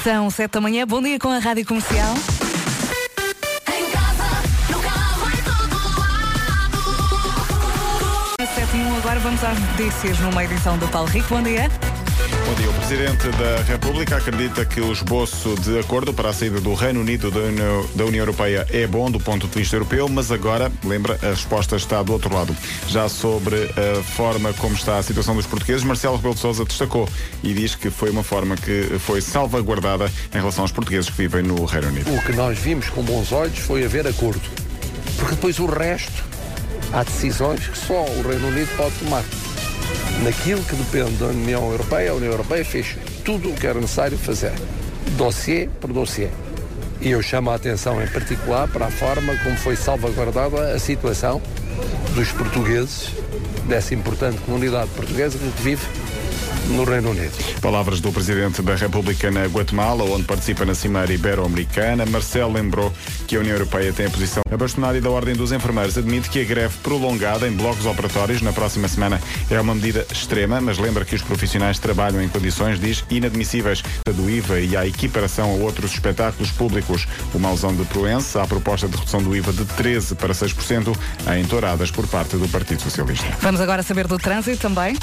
São 7 da manhã, bom dia com a Rádio Comercial. Em casa, no carro, em todo lado. 7:01, agora vamos às notícias numa edição do Paulo Rico. Bom dia. Bom dia. O Presidente da República acredita que o esboço de acordo para a saída do Reino Unido da União Europeia é bom do ponto de vista europeu, mas agora, lembra, a resposta está do outro lado. Já sobre a forma como está a situação dos portugueses, Marcelo Rebelo de Sousa destacou e diz que foi uma forma que foi salvaguardada em relação aos portugueses que vivem no Reino Unido. O que nós vimos com bons olhos foi haver acordo, porque depois o resto há decisões que só o Reino Unido pode tomar. Naquilo que depende da União Europeia, a União Europeia fez tudo o que era necessário fazer, dossiê por dossiê. E eu chamo a atenção em particular para a forma como foi salvaguardada a situação dos portugueses, dessa importante comunidade portuguesa que vive no Reino Unido. Palavras do Presidente da República na Guatemala, onde participa na Cimeira Ibero-Americana. Marcelo lembrou que a União Europeia tem a posição. A bastonária da Ordem dos Enfermeiros admite que a greve prolongada em blocos operatórios na próxima semana é uma medida extrema, mas lembra que os profissionais trabalham em condições, diz, inadmissíveis do IVA e à equiparação a outros espetáculos públicos. Uma alusão de Proença à proposta de redução do IVA de 13% para 6% em touradas por parte do Partido Socialista. Vamos agora saber do trânsito também.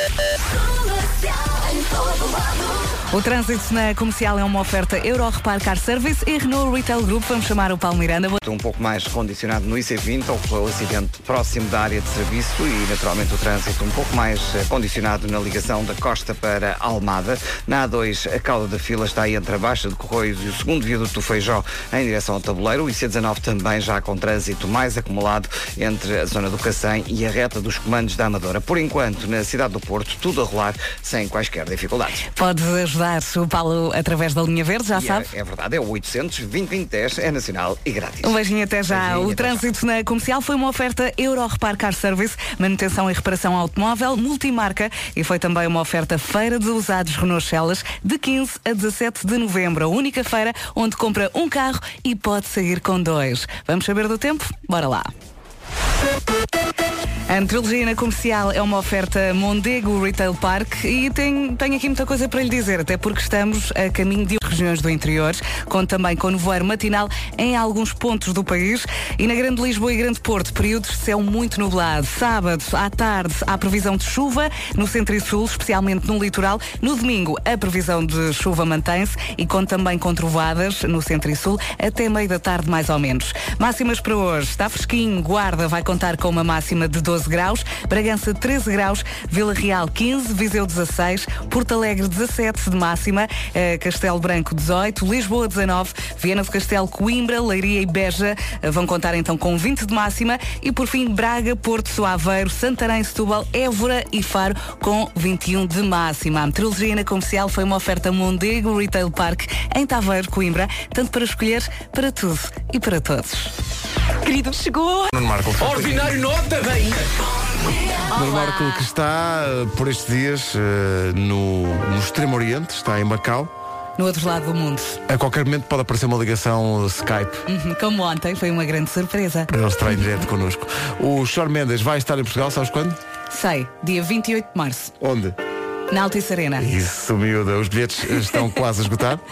O trânsito na Comercial é uma oferta Euro Repar Car Service e Renault Retail Group. Vamos chamar o Paulo Miranda. Um pouco mais condicionado no IC20, ocorreu o acidente próximo da área de serviço e, naturalmente, o trânsito um pouco mais condicionado na ligação da Costa para Almada. Na A2, a cauda da fila está aí entre a Baixa de Corroios e o segundo viaduto do Feijó em direção ao Tabuleiro. O IC19 também já com trânsito mais acumulado entre a zona do Cacém e a reta dos comandos da Amadora. Por enquanto, na cidade do Porto, tudo a rolar sem quaisquer dificuldades. Podes ajudar o Paulo através da linha verde, já sabe? É verdade, é o 800-2020-10, é nacional e grátis. Um beijinho até já. Beijinho, o até trânsito na Comercial foi uma oferta Euro Repar Car Service, manutenção e reparação automóvel, multimarca, e foi também uma oferta Feira de Usados Renault Celas de 15 a 17 de novembro. A única feira onde compra um carro e pode sair com 2. Vamos saber do tempo? Bora lá. A Meteorologia na Comercial é uma oferta Mondego Retail Park e tenho aqui muita coisa para lhe dizer, até porque estamos a caminho de regiões do interior, também com nevoeiro matinal em alguns pontos do país, e na Grande Lisboa e Grande Porto, períodos de céu muito nublado. Sábado, à tarde, há previsão de chuva no centro e sul, especialmente no litoral. No domingo, a previsão de chuva mantém-se e também com trovoadas no centro e sul, até meio da tarde mais ou menos. Máximas para hoje, está fresquinho. Guarda vai contar com uma máxima de 12 graus, Bragança 13 graus, Vila Real 15, Viseu 16, Porto Alegre 17 de máxima, Castelo Branco 18, Lisboa 19, Viana do Castelo, Coimbra, Leiria e Beja vão contar então com 20 de máxima, e por fim Braga, Porto, Aveiro, Santarém, Setúbal, Évora e Faro com 21 de máxima. A Meteorologia na Comercial foi uma oferta Mondego Retail Park em Taveiro, Coimbra, tanto para escolher, para tudo e para todos. Querido, chegou! Nuno Marco. Ordinário nota bem. Nuno Marco, que está por estes dias no Extremo Oriente, está em Macau. No outro lado do mundo. A qualquer momento pode aparecer uma ligação Skype. Como ontem, foi uma grande surpresa. Para ele estar em direto connosco. O Shawn Mendes vai estar em Portugal, sabes quando? Sei, dia 28 de março. Onde? Na Altice Arena. Isso, miúda. Os bilhetes estão quase a esgotar.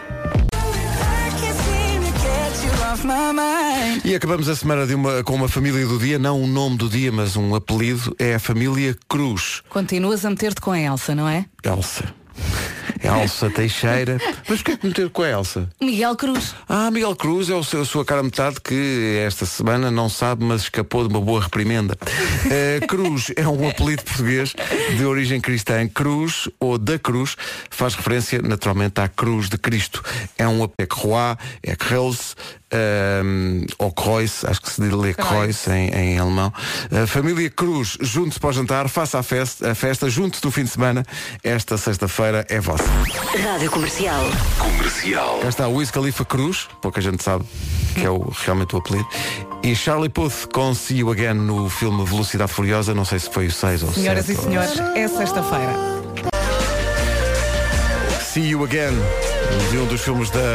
E acabamos a semana com uma família do dia, não um nome do dia, mas um apelido, é a família Cruz. Continuas a meter-te com a Elsa, não é? Elsa. Elsa Teixeira. Mas porquê que meter com a Elsa? Miguel Cruz. Miguel Cruz é a sua cara metade que esta semana não sabe, mas escapou de uma boa reprimenda. Cruz é um apelido português de origem cristã. Cruz, ou da Cruz, faz referência naturalmente à Cruz de Cristo. É um apelido Croix, é Kreuz, ou Kreuz, acho que se lê Kreuz em alemão. Família Cruz, junte-se para o jantar, faça a festa, junte-se no fim de semana. Esta sexta-feira é vossa. Rádio Comercial. Cá está o Wiz Khalifa Cruz, pouca gente sabe que é realmente o apelido. E Charlie Puth com See You Again no filme Velocidade Furiosa, não sei se foi o 6 ou 7. Senhoras e senhores, é sexta-feira. See You Again, de um dos filmes da...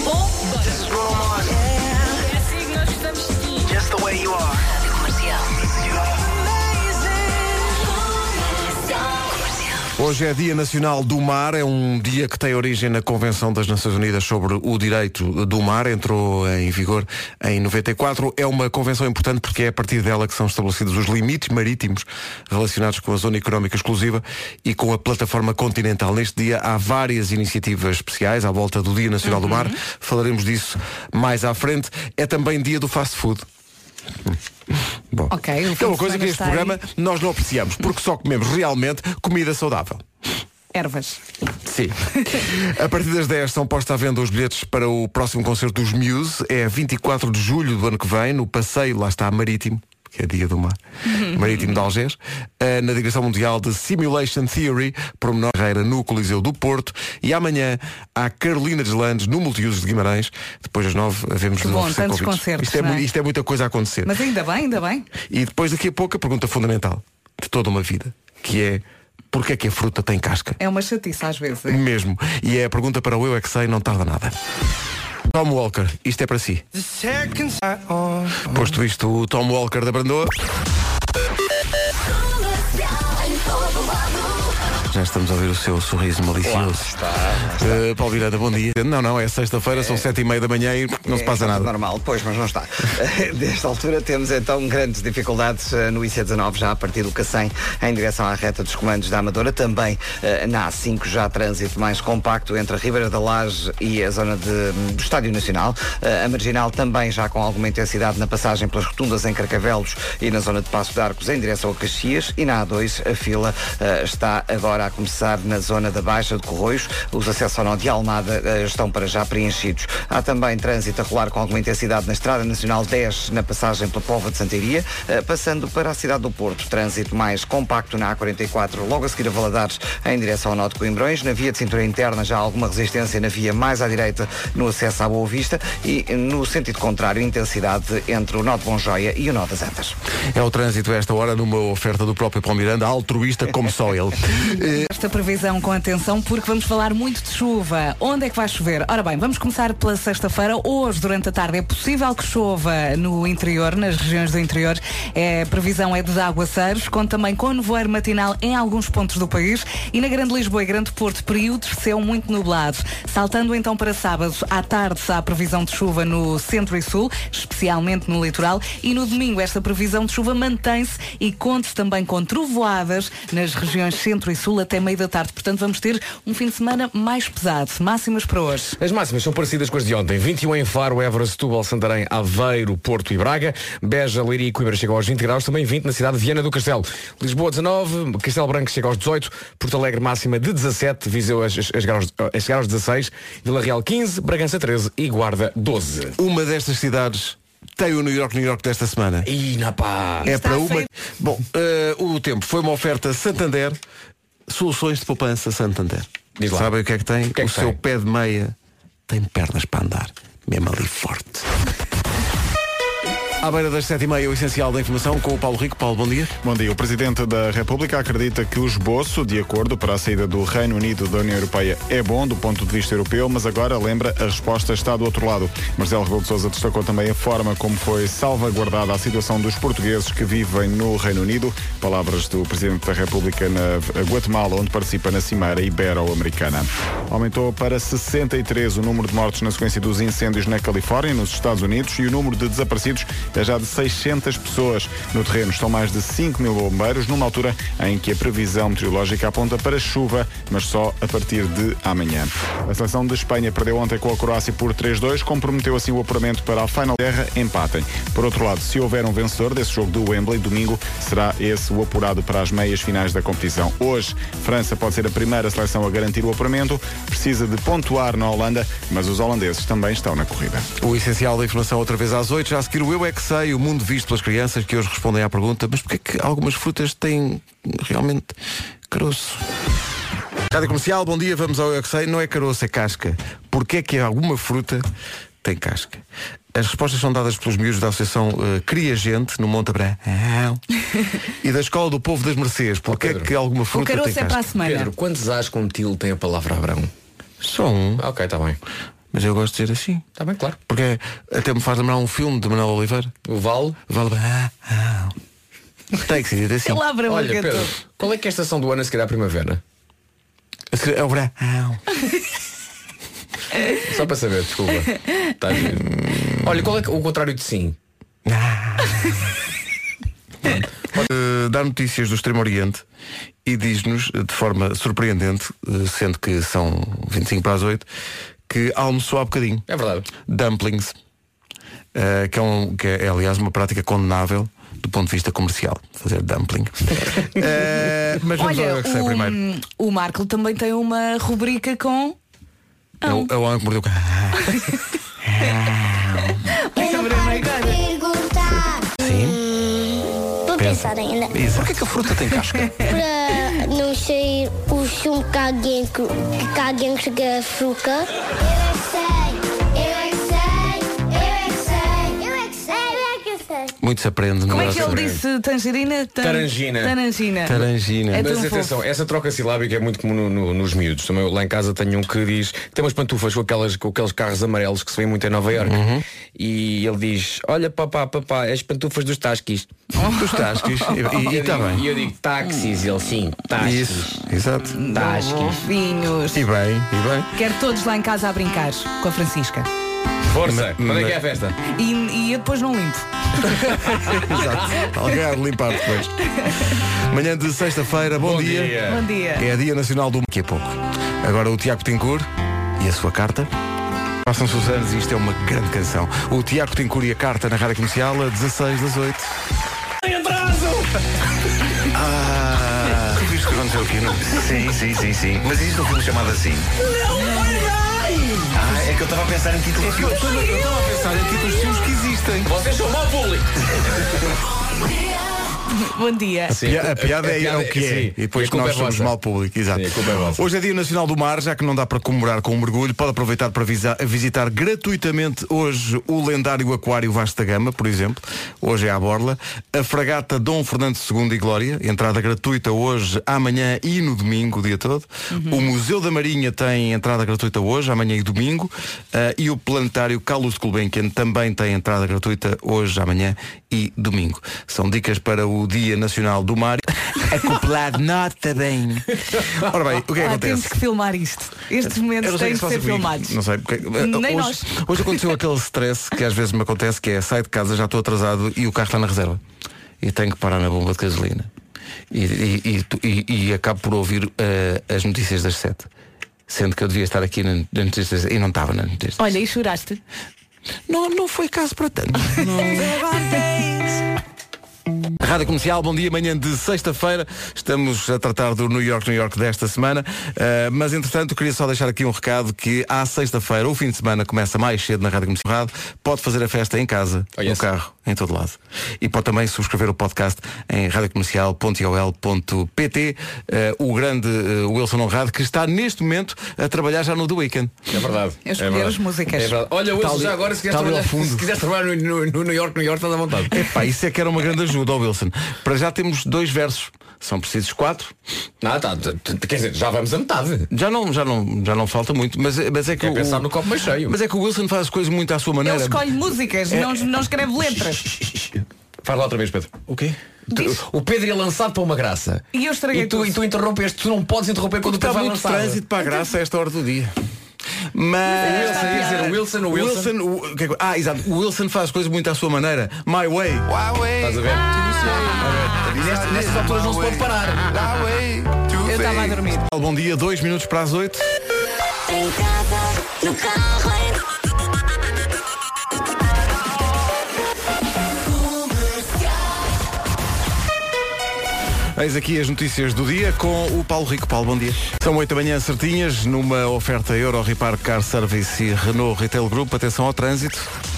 Just the way you are. Rádio Comercial. Hoje é Dia Nacional do Mar, é um dia que tem origem na Convenção das Nações Unidas sobre o Direito do Mar, entrou em vigor em 94. É uma convenção importante porque é a partir dela que são estabelecidos os limites marítimos relacionados com a Zona Económica Exclusiva e com a Plataforma Continental. Neste dia há várias iniciativas especiais à volta do Dia Nacional do Mar, falaremos disso mais à frente. É também dia do fast food. Bom, é uma coisa que neste programa nós não apreciamos, porque só comemos realmente comida saudável. Ervas. Sim. A partir das 10 são postos à venda os bilhetes para o próximo concerto dos Muse. É 24 de julho do ano que vem, no passeio, lá está, marítimo, que é dia do mar, marítimo de Algés, na direção mundial de Simulation Theory, promenor Carreira no Coliseu do Porto, e amanhã há Carolina Deslandes no Multiusos de Guimarães. Depois das 9 havemos de oferecer tantos concertos, isto é muita coisa a acontecer. Mas ainda bem. E depois daqui a pouco a pergunta fundamental de toda uma vida, que é: porquê é que a fruta tem casca? É uma chatice às vezes. Mesmo. E é a pergunta para o Eu É Que Sei, não tarda nada. Tom Walker, isto é para si. Posto isto, o Tom Walker da Brandoa. Já estamos a ouvir o seu sorriso malicioso. Paulo Miranda, bom dia. Não, é sexta-feira, são 7h30 da manhã e não se passa nada. Normal, pois, mas não está. Desta altura temos então grandes dificuldades no IC19, já a partir do Cacém, em direção à reta dos comandos da Amadora. Também na A5 já há trânsito mais compacto entre a Ribeira da Laje e a zona do Estádio Nacional. A Marginal também já com alguma intensidade na passagem pelas rotundas em Carcavelos e na zona de Passo de Arcos em direção a Caxias. E na A2 a fila está agora a começar na zona da Baixa de Corroios. Os acessos ao nó de Almada estão para já preenchidos. Há também trânsito a rolar com alguma intensidade na Estrada Nacional 10, na passagem pela Póvoa de Santiria, passando para a cidade do Porto. Trânsito mais compacto na A44, logo a seguir a Valadares, em direção ao nó de Coimbrões. Na via de cintura interna já há alguma resistência na via mais à direita no acesso à Boa Vista e no sentido contrário, intensidade entre o nó de Bonjoia e o nó das Antas. É o trânsito a esta hora numa oferta do próprio Paulo Miranda, altruísta como só ele. Esta previsão com atenção porque vamos falar muito de chuva. Onde é que vai chover? Ora bem, vamos começar pela sexta-feira. Hoje, durante a tarde, é possível que chova no interior, nas regiões do interior. A previsão é de aguaceiros, também com nevoeiro matinal em alguns pontos do país. E na Grande Lisboa e Grande Porto, períodos de céu muito nublados. Saltando então para sábado, à tarde há previsão de chuva no centro e sul, especialmente no litoral. E no domingo, esta previsão de chuva mantém-se e conta-se também com trovoadas nas regiões centro e sul até meio da tarde. Portanto, vamos ter um fim de semana mais pesado. Máximas para hoje. As máximas são parecidas com as de ontem. 21 em Faro, Évora, Setúbal, Santarém, Aveiro, Porto e Braga. Beja, Leiria e Coimbra chegam aos 20 graus. Também 20 na cidade de Viana do Castelo. Lisboa 19, Castelo Branco chega aos 18. Porto Alegre máxima de 17. Viseu a chegar aos 16. Vila Real 15, Bragança 13 e Guarda 12. Uma destas cidades tem o New York desta semana. E na paz. É para uma. Bom, o tempo foi uma oferta Santander. Soluções de poupança Santander. Sabem o que é que tem? O seu pé de meia tem pernas para andar, mesmo ali forte. À beira das 7h30, o essencial da informação com o Paulo Rico. Paulo, bom dia. Bom dia. O Presidente da República acredita que o esboço de acordo para a saída do Reino Unido da União Europeia é bom do ponto de vista europeu, mas agora lembra a resposta está do outro lado. Marcelo Rebelo de Sousa destacou também a forma como foi salvaguardada a situação dos portugueses que vivem no Reino Unido. Palavras do Presidente da República na Guatemala, onde participa na Cimeira Ibero-Americana. Aumentou para 63 o número de mortos na sequência dos incêndios na Califórnia, nos Estados Unidos, e o número de desaparecidos é já de 600 pessoas. No terreno estão mais de 5 mil bombeiros, numa altura em que a previsão meteorológica aponta para chuva, mas só a partir de amanhã. A seleção de Espanha perdeu ontem com a Croácia por 3-2, comprometeu assim o apuramento para a Final Terra, empatem. Por outro lado, se houver um vencedor desse jogo do Wembley, domingo, será esse o apurado para as meias finais da competição. Hoje, França pode ser a primeira seleção a garantir o apuramento, precisa de pontuar na Holanda, mas os holandeses também estão na corrida. O essencial da informação outra vez às 8, já a seguir o Eu É Que Sei, o mundo visto pelas crianças que hoje respondem à pergunta: mas porquê que algumas frutas têm realmente caroço? Rádio Comercial, bom dia, vamos ao Eu É Que Sei. Não é caroço, é casca. Porquê que alguma fruta tem casca? As respostas são dadas pelos miúdos da Associação Cria Gente, no Monte Abrão e da Escola do Povo das Mercês. Porquê que alguma fruta tem casca? O caroço é para a semana. Pedro, quantos A's com til tem a palavra Abrão? Só um. Ok, está bem. Mas eu gosto de dizer assim. Está bem, claro. Porque até me faz lembrar um filme de Manuel Oliveira. O Vale. Tem que ser assim. Olha, Pedro, qual é que é a estação do ano a seguir à primavera? É o verão. Só para saber, desculpa. Tá giro. Olha, qual é o contrário de sim? Dá notícias do Extremo Oriente e diz-nos de forma surpreendente, sendo que são 25 para as 8, que almoçou há bocadinho. É verdade. Dumplings, que é aliás uma prática condenável do ponto de vista comercial, fazer dumpling. Mas vamos lá ver o que sai primeiro. O Marco também tem uma rubrica com... É o homem que mordeu. Sim. Vou pensar ainda. Porquê que a fruta tem casca? Para não sair o chumbo que alguém chega a fruta. Eu é que sei, eu é que sei, eu é que sei, eu é que sei, eu é que sei. Muito se aprende. Como é que ele disse? Tangerina? Tarangina. Tarangina. É Mas tão atenção, fofo. essa troca silábica é muito comum nos miúdos. Também lá em casa tenho um que diz, tem umas pantufas com aqueles carros amarelos que se vêem muito em Nova Iorque. E ele diz, olha papá, as pantufas dos tasquis. Dos tasquis. E está bem. E eu digo táxis, ele sim, tasquis. Isso, exato. Tasquis. Fofinhos. E bem. Quero todos lá em casa a brincar com a Francisca. Força, quando é que é a festa? E eu depois não limpo. Exato. Alguém há de limpar depois. Manhã de sexta-feira, bom dia. Bom dia. É Dia Nacional do... Daqui a pouco. Agora o Tiago Tencourt e a sua carta. Passam-se os anos e isto é uma grande canção. O Tiago Tencourt e a carta na Rádio Comercial a 16 das 8. Em atraso! Tu viste o que aconteceu aqui? Não? Sim. Mas existe um filme chamado assim? É que eu estava a pensar em títulos de filmes. Eu estava a pensar em títulos de filmes que existem. Vocês são mau público! Bom dia. A piada é o que é. sim. E depois E a culpa nós é somos vossa. mal público. Exato. Sim, a culpa é vossa. Hoje é Dia Nacional do Mar, já que não dá para comemorar com um mergulho, pode aproveitar para visitar gratuitamente hoje o lendário Aquário Vasco da Gama, por exemplo. Hoje é à borla. A fragata Dom Fernando II e Glória, entrada gratuita hoje, amanhã e no domingo, o dia todo. O Museu da Marinha tem entrada gratuita hoje, amanhã e domingo. E o Planetário Carlos Gulbenkian também tem entrada gratuita hoje, amanhã e domingo. São dicas para o Dia Nacional do Mar. Acoplado, nota bem. Ora bem, o que é que Temos acontece? que filmar isto. Estes Eu momentos não sei têm o que que se ser passa comigo. filmados. Não sei porque Nem hoje, nós. hoje aconteceu aquele stress que às vezes me acontece, que é saio de casa, já estou atrasado e o carro está na reserva e tenho que parar na bomba de gasolina e acabo por ouvir as notícias das 7, sendo que eu devia estar aqui nas notícias e não estava nas notícias. Olha, e choraste? Não foi caso para tanto. Rádio Comercial, bom dia, manhã de sexta-feira. Estamos a tratar do New York desta semana, mas entretanto queria só deixar aqui um recado que à sexta-feira, o fim de semana começa mais cedo na Rádio Comercial. Pode fazer a festa em casa, no carro, em todo lado. E pode também subscrever o podcast em radiocomercial.ol.pt. O grande Wilson Honrado, que está neste momento a trabalhar já no The Weeknd. É verdade. Eu escolhi as músicas. É verdade. Olha, Wilson, ali- já agora, se está ali ao fundo. quiseres trabalhar no New York, estás à vontade. Epá, isso é que era uma grande ajuda, Wilson. Para já temos 2 versos. São precisos 4. Quer dizer, já vamos a metade. Já não falta muito, mas é que Quer pensar no copo meio cheio. Mas é que o Wilson faz as coisas muito à sua maneira. Ele escolhe músicas, não escreve letras. Faz lá outra vez, Pedro. O quê? O Pedro ia lançado para uma graça. E eu estraguei tudo. E tu interrompeste, tu não podes interromper quando o Está Pedro vai muito lançado. trânsito para a graça a esta hora do dia. Mas O Wilson. exato. O Wilson faz as coisas muito à sua maneira. My way. Estás a ver? E nestas alturas não se pode parar. Eu estava a dormir. Bom dia, 2 minutos para as 8. Em casa, no carro, Eis aqui as notícias do dia com o Paulo Rico. Paulo, bom dia. São 8 da manhã certinhas, numa oferta Euro Repar Car Service e Renault Retail Group. Atenção ao trânsito.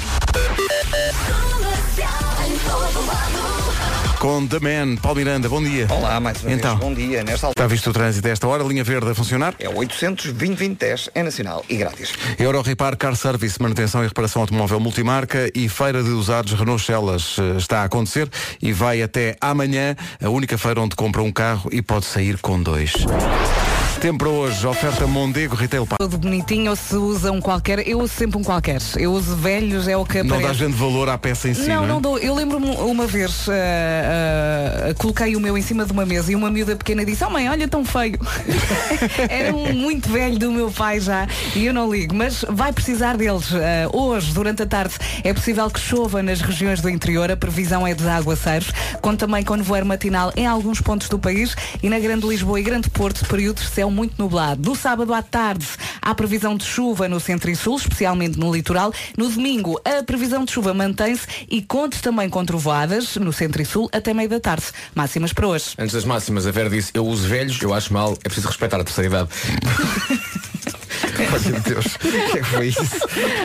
Com The Man. Paulo Miranda, bom dia. Olá, mais uma Então. vez, bom dia. Nesta altura Está visto o trânsito a esta hora, linha verde a funcionar? é o 800-2020-10, é nacional e grátis. Euro Repar Car Service, manutenção e reparação automóvel multimarca e feira de usados Renault Celas está a acontecer e vai até amanhã, a única feira onde compra um carro e pode sair com 2. Tempo para hoje, oferta Mondego Retail Park. Todo bonitinho ou se usa um qualquer. Eu uso sempre um qualquer. Eu uso velhos, é o que Não aparece. dás grande valor à peça em si, Não, não é? não dou. Eu lembro-me uma vez, coloquei o meu em cima de uma mesa e uma miúda pequena disse: "Oh mãe, olha tão feio." Era um muito velho do meu pai já e eu não ligo, mas vai precisar deles. Hoje, durante a tarde, é possível que chova nas regiões do interior. A previsão é de aguaceiros, conta também com nevoeiro matinal em alguns pontos do país e na Grande Lisboa e Grande Porto, períodos de céu muito nublado. Do sábado à tarde, há previsão de chuva no centro e sul, especialmente no litoral. No domingo, a previsão de chuva mantém-se e conta também com trovoadas no centro e sul até meio da tarde. Máximas para hoje. Antes das máximas, a Vera disse: eu uso velhos, eu acho mal, é preciso respeitar a terceira idade. Meu Deus, o que é que foi isso?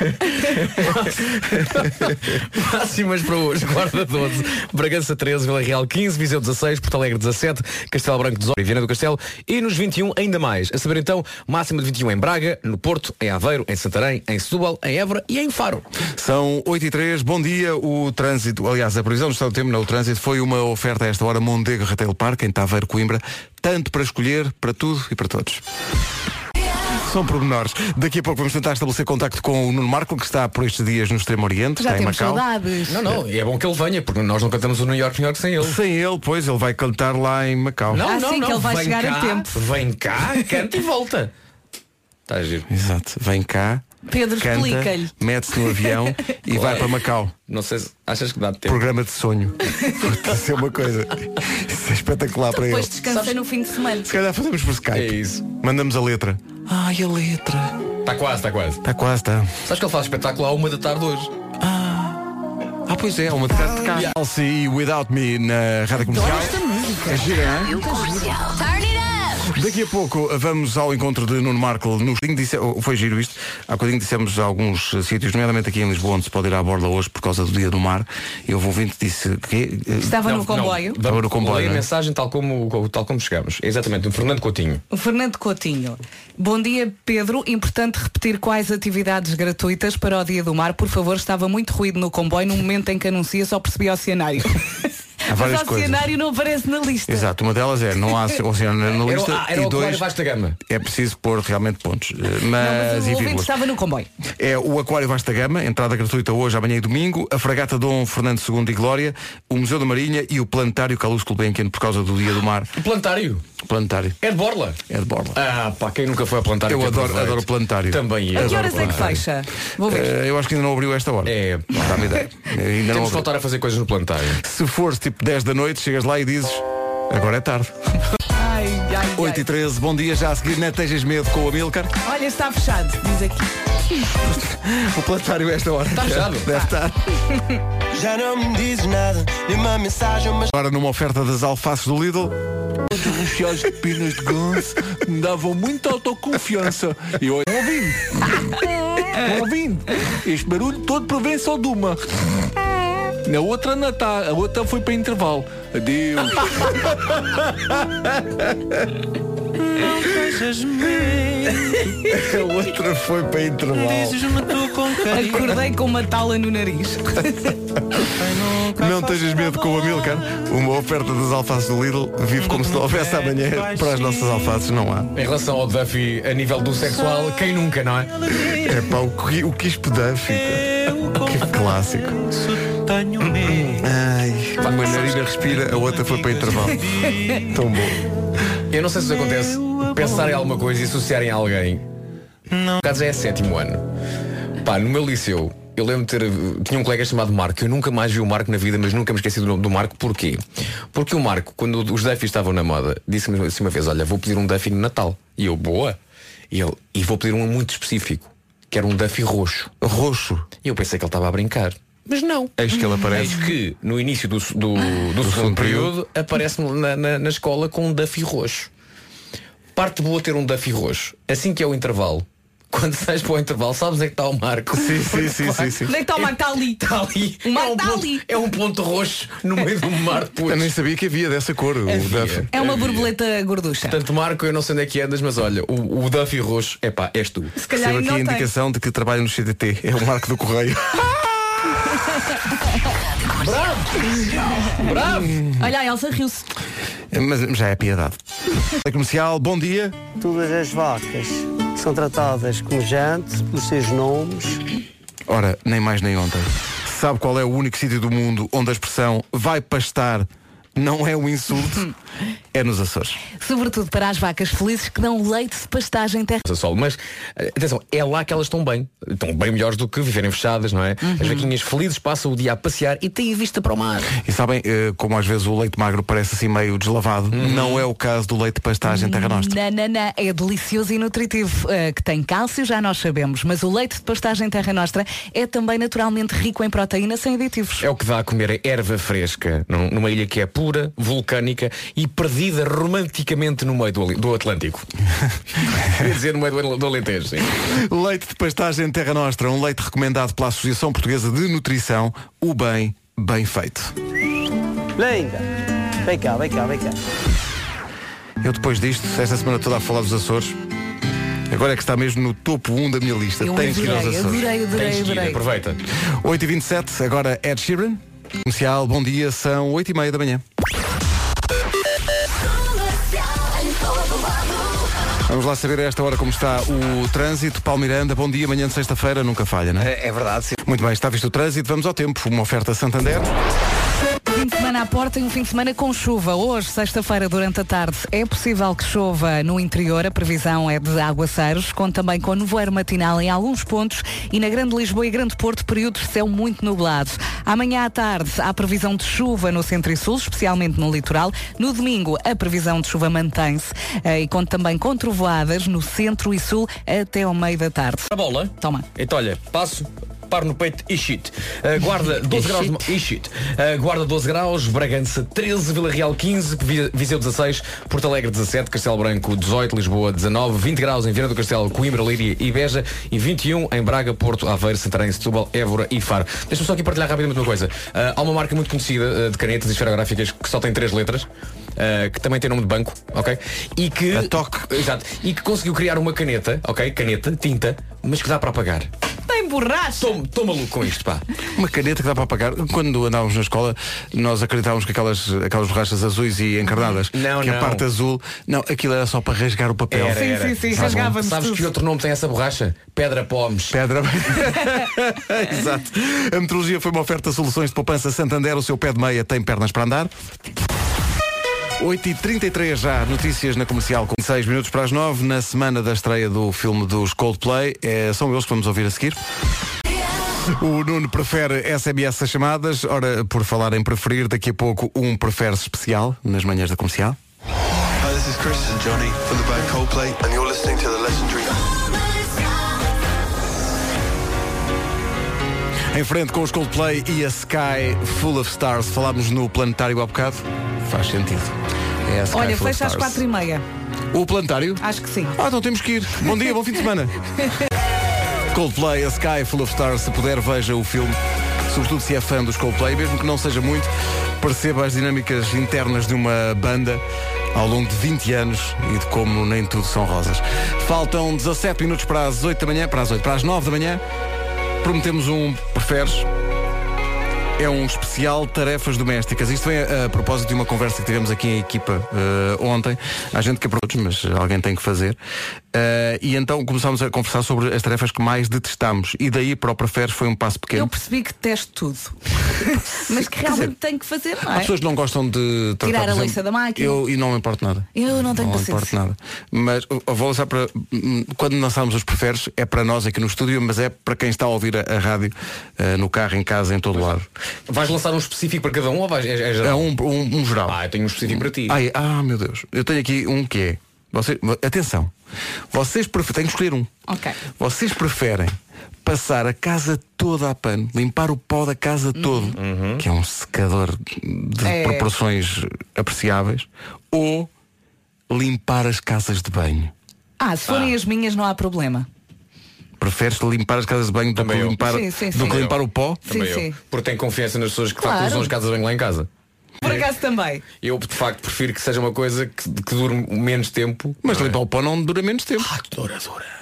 Máximas para hoje: Guarda 12, Bragança 13, Vila Real 15, Viseu 16, Porto Alegre 17, Castelo Branco 18 e Viana do Castelo. E nos 21 ainda mais. A saber então, máxima de 21 em Braga, no Porto, em Aveiro, em Santarém, em Setúbal, em Évora e em Faro. São 8h03, bom dia. O trânsito, aliás, a previsão do estado do tempo no trânsito foi uma oferta a esta hora Mondego Retail Park, em Taveiro, Coimbra. Tanto para escolher, para tudo e para todos. São pormenores. Daqui a pouco vamos tentar estabelecer contacto com o Nuno Marco, que está por estes dias no Extremo Oriente, Já está em temos Macau. saudades. Não, e é bom que ele venha, porque nós não cantamos o New York sem ele. Sem ele, pois, ele vai cantar lá em Macau. Sim, que ele vai vem chegar cá, a tempo. Vem cá, canta e volta. Está a giro. Exato, vem cá, Pedro, canta, explica-lhe. mete-se no avião e vai para Macau. Não sei se achas que dá tempo. Programa de sonho. Isso é uma coisa. Isso é espetacular para Depois ele. descansa no fim de semana. Se calhar fazemos por Skype. É isso. Mandamos a letra. Ai, a letra. Está quase. Está quase, está. Sabes que ele faz espetáculo à 1 da tarde hoje? Pois é, uma de cá de cá. Elsie e Without Me na Rádio Comercial. É gira, não é? Turn it up! Daqui a pouco vamos ao encontro de Nuno Marco. Foi giro isto. Há bocadinho dissemos alguns sítios, nomeadamente aqui em Lisboa, onde se pode ir à borda hoje por causa do Dia do Mar. E houve um ouvinte que disse que Estava no comboio. Estava no comboio, Leia a não é? mensagem tal como chegamos. É exatamente, o Fernando Coutinho. O Fernando Coutinho. Bom dia, Pedro. Importante repetir quais atividades gratuitas para o Dia do Mar. Por favor, estava muito ruído no comboio. No momento em que anuncia, só percebi oceanário. Há várias Mas o oceanário não aparece na lista. Exato, uma delas é não há oceano na lista. Era e o dois, Aquário Vasta Gama. é preciso pôr realmente pontos. Não, Mas mas o e ouvinte vírgulas. estava no comboio. É o Aquário Vasta Gama, entrada gratuita hoje, amanhã e domingo, a Fragata Dom Fernando II e Glória, o Museu da Marinha e o Planetário Carlos Gulbenkian por causa do Dia do Mar. O Planetário. Planetário. É de Borla. É de Borla. Quem nunca foi ao Planetário? Eu que adoro aproveite. o Planetário. Também eu. A que adoro horas o é que Planetário. fecha? Vou ver. Eu acho que ainda não abriu esta hora. É, Dá-me ideia. Ainda não temos de abriu. voltar a fazer coisas no Planetário. Se fores tipo 10 da noite, chegas lá e dizes agora é tarde. Ai, ai, ai. 8h13, bom dia, já a seguir, não tejas medo com o Amilcar. Olha, está fechado, diz aqui. O Planetário a esta hora. Está fechado. Deve estar. Já não me dizes nada, nem uma mensagem, mas Agora numa oferta das alfaces do Lidl. Recheados de pinas de ganso me davam muita autoconfiança. E eu ouvindo, este barulho todo provém só de uma. Na outra não está, a outra foi para intervalo. Adeus. A outra foi para intervalo. dizes-me tu com carinho. Acordei com uma tala no nariz. Não tejas medo com o Amilcar. Uma oferta das alfaces do Lidl. Vive como se não houvesse amanhã. Para as nossas alfaces não há. Em relação ao Duffy a nível do sexual, quem nunca, não é? É pá, o Quispe Duffy. Que clássico. Tenho medo. Ai, uma narina respira, a outra foi para intervalo. Tão bom. Eu não sei se isso acontece, pensar em alguma coisa e associarem a alguém. No caso já é 7º ano. Pá, no meu liceu, eu lembro de ter. Tinha um colega chamado Marco. Eu nunca mais vi o Marco na vida, mas nunca me esqueci do nome do Marco. Porquê? Porque o Marco, quando os Duffys estavam na moda, disse-me assim uma vez: olha, vou pedir um Duffy no Natal. E eu, boa. E vou pedir um muito específico, que era um Duffy roxo. Roxo. E eu pensei que ele estava a brincar. Mas não. Eis que ele aparece. Eis que no início do segundo período aparece-me na escola com um Duffy roxo. Parte boa ter um Duffy roxo. Assim que é o intervalo, quando sais para o intervalo, sabes é que está o Marco. Sim. Onde é que está o Marco? Está ali. Está ali. O Marco é um está ponto, ali. É um ponto roxo no meio do mar de Eu nem putos. sabia que havia dessa cor, o Duffy. É uma borboleta gorducha. Portanto, Marco, eu não sei onde é que andas, mas olha, o Duffy roxo, epá, és tu. Se calhar Recebo ainda aqui a não tem. indicação de que trabalha no CTT. É o Marco do Correio. Rádio Bravo! Olha, a Elsa riu-se. Mas já é piedade. Comercial, bom dia. Todas as vacas são tratadas como gente, pelos seus nomes. Ora, nem mais nem ontem. Sabe qual é o único sítio do mundo onde a expressão vai pastar não é um insulto? É nos Açores. Sobretudo para as vacas felizes que dão leite de pastagem terra. Mas, atenção, é lá que elas estão bem. Estão bem melhores do que viverem fechadas, não é? As vaquinhas felizes passam o dia a passear e têm vista para o mar. E sabem, como às vezes o leite magro parece assim meio deslavado, não é o caso do leite de pastagem Terra Nostra. Não. É delicioso e nutritivo. Que tem cálcio, já nós sabemos. Mas o leite de pastagem Terra Nostra é também naturalmente rico em proteína sem aditivos. É o que dá a comer erva fresca numa ilha que é pura, vulcânica e perdida romanticamente no meio do Atlântico. Queria dizer no meio do Alentejo, sim. Leite de pastagem Terra Nostra, um leite recomendado pela Associação Portuguesa de Nutrição, o bem feito. Linda, vem cá. Eu depois disto, esta semana toda a falar dos Açores, agora é que está mesmo no topo 1 da minha lista. Tem que ir aos Açores. Adorei. Aproveita. 8h27, agora Ed Sheeran. Comercial, bom dia, são 8h30 da manhã. Vamos lá saber a esta hora como está o trânsito. Paulo Miranda, bom dia, manhã de sexta-feira, nunca falha, não é? É verdade, sim. Muito bem, está visto o trânsito, vamos ao tempo. Uma oferta Santander. Fim de semana à porta e um fim de semana com chuva. Hoje, sexta-feira, durante a tarde, é possível que chova no interior. A previsão é de aguaceiros, também com nevoeiro matinal em alguns pontos e na Grande Lisboa e Grande Porto, períodos de céu muito nublado. Amanhã à tarde, há previsão de chuva no centro e sul, especialmente no litoral. No domingo, a previsão de chuva mantém-se e conta também com trovoadas no centro e sul até ao meio da tarde. A bola? Toma. Então, olha, paro no peito e shit. Guarda 12 graus e shit. Guarda 12 graus, Bragança 13, Vila Real 15, Viseu 16, Porto Alegre 17, Castelo Branco 18, Lisboa 19, 20 graus em Viana do Castelo, Coimbra, Leiria e Beja e 21 em Braga, Porto, Aveiro, Santarém, Setúbal, Évora e Faro. Deixa-me só aqui partilhar rapidamente uma coisa. Há uma marca muito conhecida de canetas esferográficas que só tem 3 letras. Que também tem nome de banco, ok? E que exato, e que conseguiu criar uma caneta, ok? Caneta, tinta, mas que dá para apagar. Tem borracha. Estou maluco com isto, pá. Uma caneta que dá para apagar. Quando andávamos na escola, nós acreditávamos que aquelas borrachas azuis e encarnadas, que a parte azul, não, aquilo era só para rasgar o papel. Sim, rasgava-nos. Sabes que outro nome tem essa borracha? Pedra Pomes. Exato. A metrologia foi uma oferta de soluções de poupança Santander. O seu pé de meia tem pernas para andar. 8h33 já, notícias na Comercial com 6 minutos para as 9, na semana da estreia do filme dos Coldplay. São eles que vamos ouvir a seguir. O Nuno prefere SMS a chamadas. Ora, por falar em preferir, daqui a pouco um prefere-se especial nas manhãs da Comercial. Hi, this is Chris and Johnny from the band Coldplay and you're listening to the legendary... Em frente com os Coldplay e a Sky Full of Stars. Falámos no planetário há bocado. Faz sentido. É a Sky Olha, Full of fecha às Stars. 4h30. O planetário? Acho que sim. Então temos que ir. Bom dia, bom fim de semana. Coldplay, a Sky Full of Stars. Se puder, veja o filme. Sobretudo se é fã dos Coldplay, mesmo que não seja muito, perceba as dinâmicas internas de uma banda ao longo de 20 anos e de como nem tudo são rosas. Faltam 17 minutos para as 8 da manhã, para as 9 da manhã. Prometemos um preferes. É um especial tarefas domésticas. Isto vem a propósito de uma conversa que tivemos aqui em equipa ontem. Há gente que é para todos, mas alguém tem que fazer. E então começámos a conversar sobre as tarefas que mais detestamos. E daí para o preferes foi um passo pequeno. Eu percebi que detesto tudo. Mas que realmente tenho que fazer, não é? Há pessoas que não gostam de tratar, tirar a exemplo, lixa da máquina. E não me importa nada. Eu não tenho paciência. Não me importa nada. Mas eu vou lançar para... Quando lançámos os preferes, é para nós aqui no estúdio, mas é para quem está a ouvir a rádio, no carro, em casa, em todo lado. Vais lançar um específico para cada um ou é geral? É um geral. Eu tenho um específico para ti. Meu Deus. Eu tenho aqui um que é... Atenção. Vocês preferem... Tenho que escolher um. Ok. Vocês preferem passar a casa toda a pano, limpar o pó da casa todo, que é um secador de proporções apreciáveis, ou limpar as casas de banho? Se forem as minhas não há problema. Preferes limpar as casas de banho do que limpar o pó? Também eu. Porque tenho confiança nas pessoas que usam as casas de banho lá em casa. Por acaso também. Eu de facto prefiro que seja uma coisa que dure menos tempo. Mas limpar o pó não dura menos tempo. Que dura.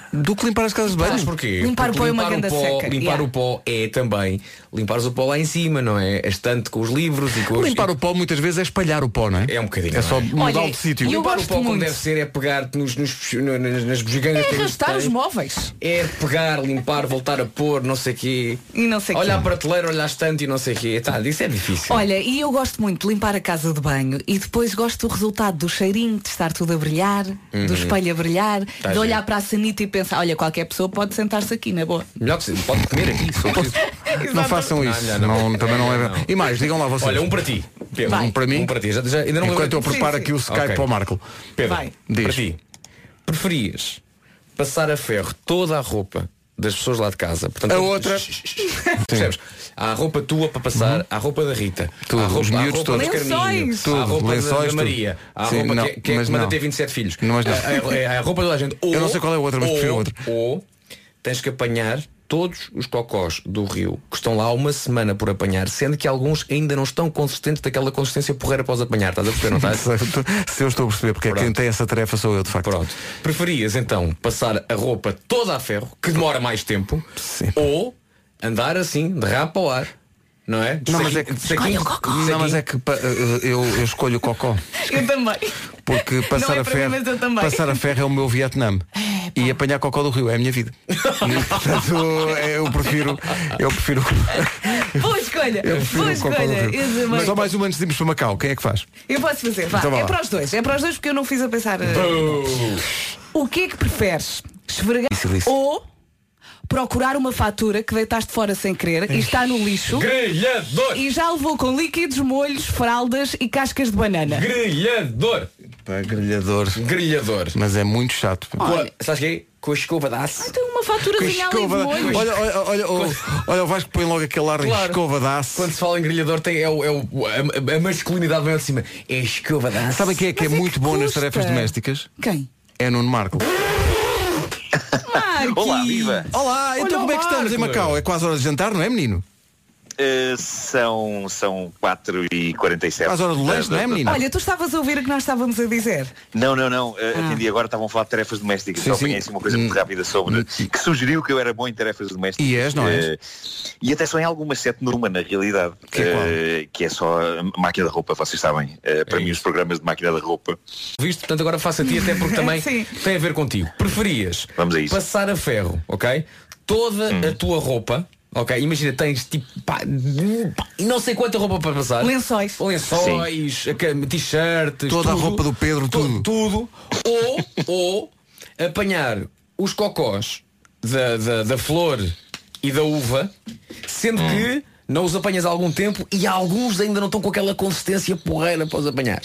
Do que limpar as casas de banho. Sabes porquê? Limpar o Porque pó é uma ganda seca. Limpar o pó é também limpares o pó lá em cima, não é? A estante com os livros e com os... Limpar o pó muitas vezes é espalhar o pó, não é? É um bocadinho. É só não mudar Olha, de sítio. eu Limpar o gosto pó como muito. deve ser é pegar-te nas bugigangas É que arrastar tens. os móveis. É pegar, limpar, voltar a pôr, não sei o quê. E não sei Olhar quê. a prateleira, olhar a estante e não sei o quê. Tá, isso é difícil. Olha, e eu gosto muito de limpar a casa de banho e depois gosto do resultado do cheirinho, de estar tudo a brilhar, do espelho a brilhar, Tá de olhar giro. para a sanita e pensar, olha, qualquer pessoa pode sentar-se aqui, na boa. Melhor que se pode comer aqui. Se for preciso. Não façam isso. Também não é. E mais, digam lá vocês. Olha, um para ti, Pedro. Vai. Um para mim. Um para ti. Ainda não Enquanto eu lembro- preparo Sim, aqui o Skype Ok. para o Marco. Pedro, Vai. Diz. para ti. Preferias passar a ferro toda a roupa das pessoas lá de casa? Portanto, A outra. Percebes? Há a roupa tua para passar, há a roupa da Rita, Tudo, há a os roupa, miúdos todos. do Carminho, Lençóis. há a Tudo, roupa lençóis, da tudo. Maria, há a Sim, roupa não, que mas manda não. ter 27 filhos. Mas não. É a roupa de toda a gente. Eu não sei qual é a outra, mas prefiro a outra. Ou tens que apanhar todos os cocós do rio que estão lá há uma semana por apanhar, sendo que alguns ainda não estão consistentes daquela consistência porreira após apanhar. Estás a perceber, não estás? Se eu estou a perceber, porque é quem Pronto. tem essa tarefa sou eu, de facto. Pronto. Preferias então passar a roupa toda a ferro, que demora mais tempo, ou andar assim, de rabo para o ar, não é? Não, mas é que, Escolhe o cocó. não, mas é que eu escolho o cocó. Eu também. Porque passar Não é a para mim, ferro, mas eu também. passar a ferro é o meu Vietnã. E apanhar cocó do rio é a minha vida. E, portanto, eu prefiro. Boa escolha. Eu prefiro Boa o cocó do escolha. rio. Eu também. Mas só mais uma antes de irmos para Macau. Quem é que faz? Eu posso fazer, vá. Então vá É lá. para os dois. É para os dois porque eu não fiz a pensar. O que é que preferes? Esfregar Isso. ou procurar uma fatura que deitaste fora sem querer e está no lixo Grelhador! e já levou com líquidos, molhos, fraldas e cascas de banana? Grelhador! Pá, grelhador. Grelhador! Mas é muito chato. Sabes o quê? Com a escova de aço. Tem uma faturazinha ali de Escova. molhos. Olha, o Vasco põe logo aquele ar Claro. em escova de aço. Quando se fala em grelhador tem a masculinidade vem ao de cima. É a escova de aço. Sabem quem é que é Mas é muito que bom nas custa. tarefas domésticas? Quem? É Nuno Marco. Olá, viva! Olá, então Olha como é que o estamos em Marco. Macau? É quase hora de jantar, não é, menino? São 4h47. Quase hora do lanche, não é, menino? Olha, tu estavas a ouvir o que nós estávamos a dizer. Não. Atendi agora, estavam a falar de tarefas domésticas. Sim, Só sim. conheci uma coisa muito rápida sobre que sugeriu que eu era bom em tarefas domésticas. E és, não és? E até só em algumas, 7 numa, na realidade. Que é qual? Que é só a máquina da roupa, vocês sabem. Para mim, os programas de máquina da roupa. Viste? Portanto, agora faço a ti até porque também Sim. tem a ver contigo. Preferias Vamos a isso. passar a ferro, ok? Toda a tua roupa, ok? Imagina, tens tipo e não sei quanta roupa para passar. Lençóis. Lençóis, t-shirts, Toda a tudo. roupa do Pedro, tudo. Tudo. Ou apanhar os cocós da flor e da uva, sendo que não os apanhas há algum tempo e alguns ainda não estão com aquela consistência porreira para os apanhar.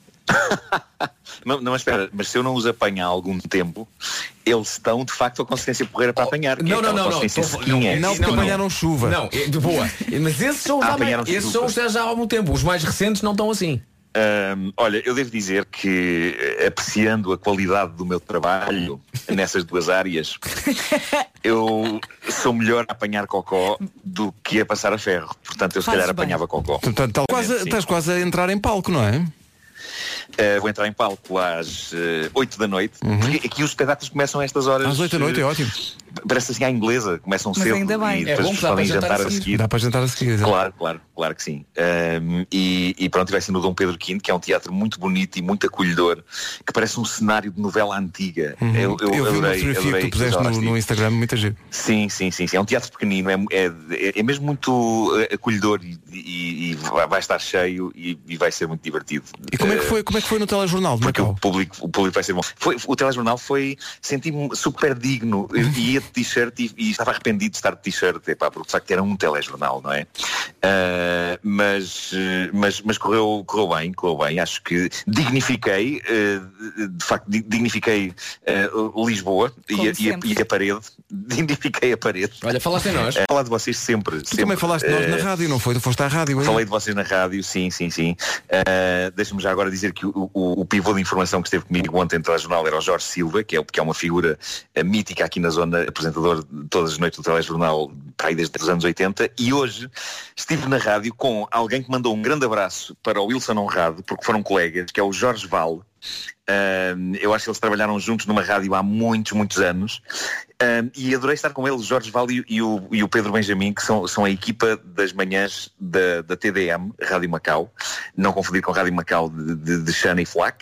Não, mas espera, mas se eu não os apanho há algum tempo, eles estão de facto a consistência porreira para apanhar. que é Não, aquela não. consistência sequinha. Não, porque apanharam chuva. Não, é de boa. Mas esses são, apanharam esses são chuva. os já há algum tempo. Os mais recentes não estão assim. Olha, eu devo dizer que, apreciando a qualidade do meu trabalho nessas duas áreas, eu sou melhor a apanhar cocó do que a passar a ferro. Portanto, eu se Fazes calhar bem. apanhava cocó. Portanto, estás quase a entrar em palco, não é? Vou entrar em palco às 8 da noite, porque aqui os espetáculos começam a estas horas. Às 8 da noite, é ótimo. Parece assim à inglesa, começam Mas cedo ainda bem. e É depois bom que dá podem para jantar jantar a a seguir. Dá para jantar a seguir. exato. Claro que sim. E pronto, vai ser no Dom Pedro V, que é um teatro muito bonito e muito acolhedor, que parece um cenário de novela antiga. Eu vi uma adorei, fotografia que tu puseste já lá no estive. Instagram, muita gente. Sim. É um teatro pequenino, é mesmo muito acolhedor e vai estar cheio e vai ser muito divertido. E como é que foi no telejornal de Porque Macau? o público vai ser bom. O telejornal senti-me super digno e ia de t-shirt e estava arrependido de estar de t-shirt, porque de facto era um telejornal, não é? Mas correu bem, acho que dignifiquei, de facto dignifiquei Lisboa e a parede, dignifiquei a parede. Olha, falaste em nós. Falar de vocês sempre. Tu também falaste de nós na rádio, não foi? Tu foste à rádio, hein? Falei de vocês na rádio, sim. Deixa-me já agora dizer que o pivô de informação que esteve comigo ontem no telejornal era o Jorge Silva, que é uma figura mítica aqui na zona, apresentador de todas as noites do telejornal para aí desde os anos 80, e hoje estive na rádio com alguém que mandou um grande abraço para o Wilson Honrado, porque foram colegas, que é o Jorge Val, Eu acho que eles trabalharam juntos numa rádio há muitos anos. E adorei estar com eles, Jorge Vale e o Pedro Benjamin, que são a equipa das manhãs da TDM, Rádio Macau. Não confundir com Rádio Macau de Xana e Flac.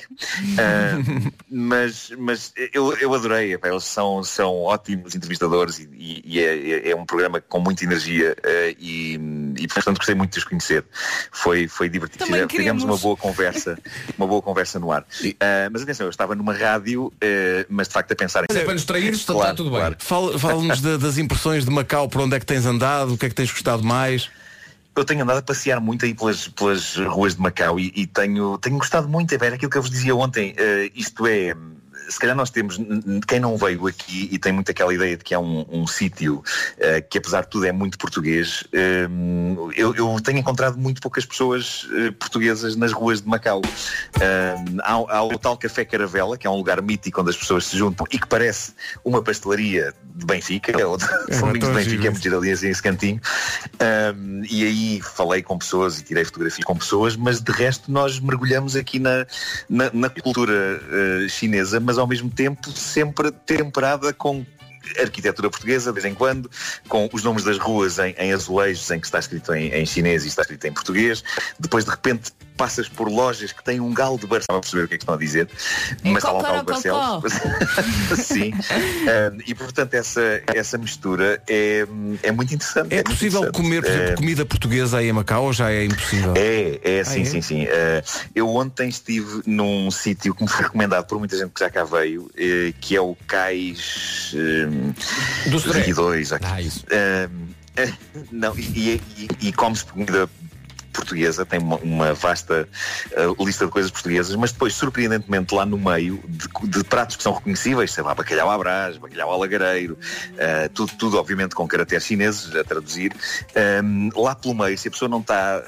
Mas eu adorei. Eles são ótimos entrevistadores e é um programa com muita energia e portanto gostei muito de os conhecer. Foi divertido. Tivemos uma boa conversa no ar. Mas atenção, eu estava numa rádio, mas de facto a pensar em... Se é para nos trair, está tudo bem. Fala-nos das impressões de Macau, por onde é que tens andado, o que é que tens gostado mais? Eu tenho andado a passear muito aí pelas ruas de Macau e tenho gostado muito, era aquilo que eu vos dizia ontem, isto é... Se calhar nós temos, quem não veio aqui e tem muito aquela ideia de que é um sítio que apesar de tudo é muito português, eu tenho encontrado muito poucas pessoas portuguesas nas ruas de Macau. Há o tal Café Caravela, que é um lugar mítico onde as pessoas se juntam e que parece uma pastelaria de Benfica, ou de São Domingos de Benfica, é muito giro ali assim, esse cantinho. E aí falei com pessoas e tirei fotografias com pessoas, mas de resto nós mergulhamos aqui na cultura chinesa, mas ao mesmo tempo sempre temperada com arquitetura portuguesa, de vez em quando, com os nomes das ruas em azulejos em que está escrito em chinês e está escrito em português. Depois de repente passas por lojas que têm um galo de Barcelos, a perceber o que é que estão a dizer, mas está lá um galo de Barcelos. Sim. E portanto essa mistura é muito interessante. É possível comer, por exemplo, comida portuguesa aí em Macau ou já é impossível? Sim. Eu ontem estive num sítio que me foi recomendado por muita gente que já cá veio, que é o Cais do 22 aqui. Isso. Não, e come-se comida portuguesa, tem uma vasta lista de coisas portuguesas, mas depois, surpreendentemente, lá no meio de pratos que são reconhecíveis, sei lá, bacalhau à Brás, bacalhau ao lagareiro, tudo obviamente com caracteres chineses a traduzir. Lá pelo meio, se a pessoa não está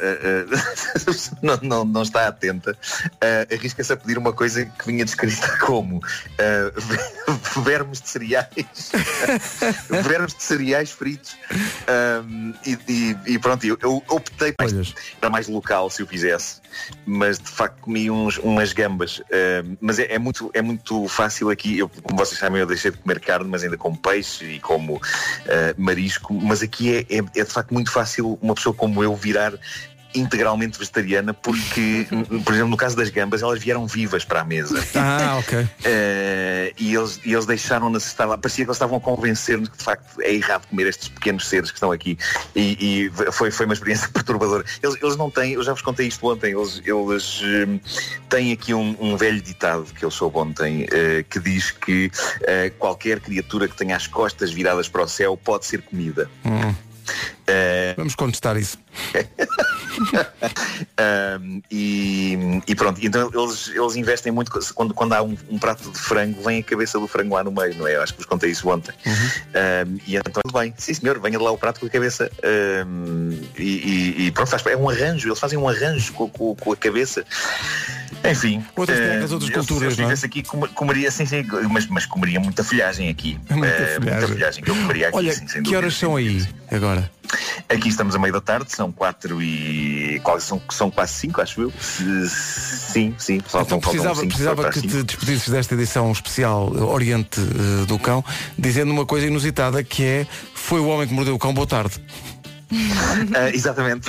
não está atenta, arrisca-se a pedir uma coisa que vinha descrita como vermes de cereais vermes de cereais fritos, e pronto, eu optei para mais local se eu fizesse, mas de facto comi umas gambas, mas é muito fácil aqui. Como vocês sabem, eu deixei de comer carne, mas ainda como peixe e como marisco, mas aqui é de facto muito fácil uma pessoa como eu virar integralmente vegetariana, porque, por exemplo, no caso das gambas, elas vieram vivas para a mesa. Ok. E eles deixaram-nas estar lá. Parecia que eles estavam a convencer-nos que de facto é errado comer estes pequenos seres que estão aqui. E foi uma experiência perturbadora. Eles não têm, eu já vos contei isto ontem, eles têm aqui um velho ditado que eu soube ontem, que diz que qualquer criatura que tenha as costas viradas para o céu pode ser comida. Vamos contestar isso. E pronto, então eles investem muito quando há um prato de frango, vem a cabeça do frango lá no meio, não é? Eu acho que vos contei isso ontem. E então tudo bem, sim senhor, venha de lá o prato com a cabeça, e pronto, é um arranjo, eles fazem um arranjo com a cabeça. Enfim, outras culturas, se eu estivesse aqui comeria, sim, mas comeria muita folhagem aqui. Muita folhagem que eu comeria aqui. Olha, sim, sem que dúvida. horas são aí agora? Aqui estamos a meio da tarde, são 4 e... São quase 5, acho eu. Sim. Então precisava que te despedisses desta edição especial Oriente do Cão, dizendo uma coisa inusitada, que é: foi o homem que mordeu o cão, boa tarde. Exatamente.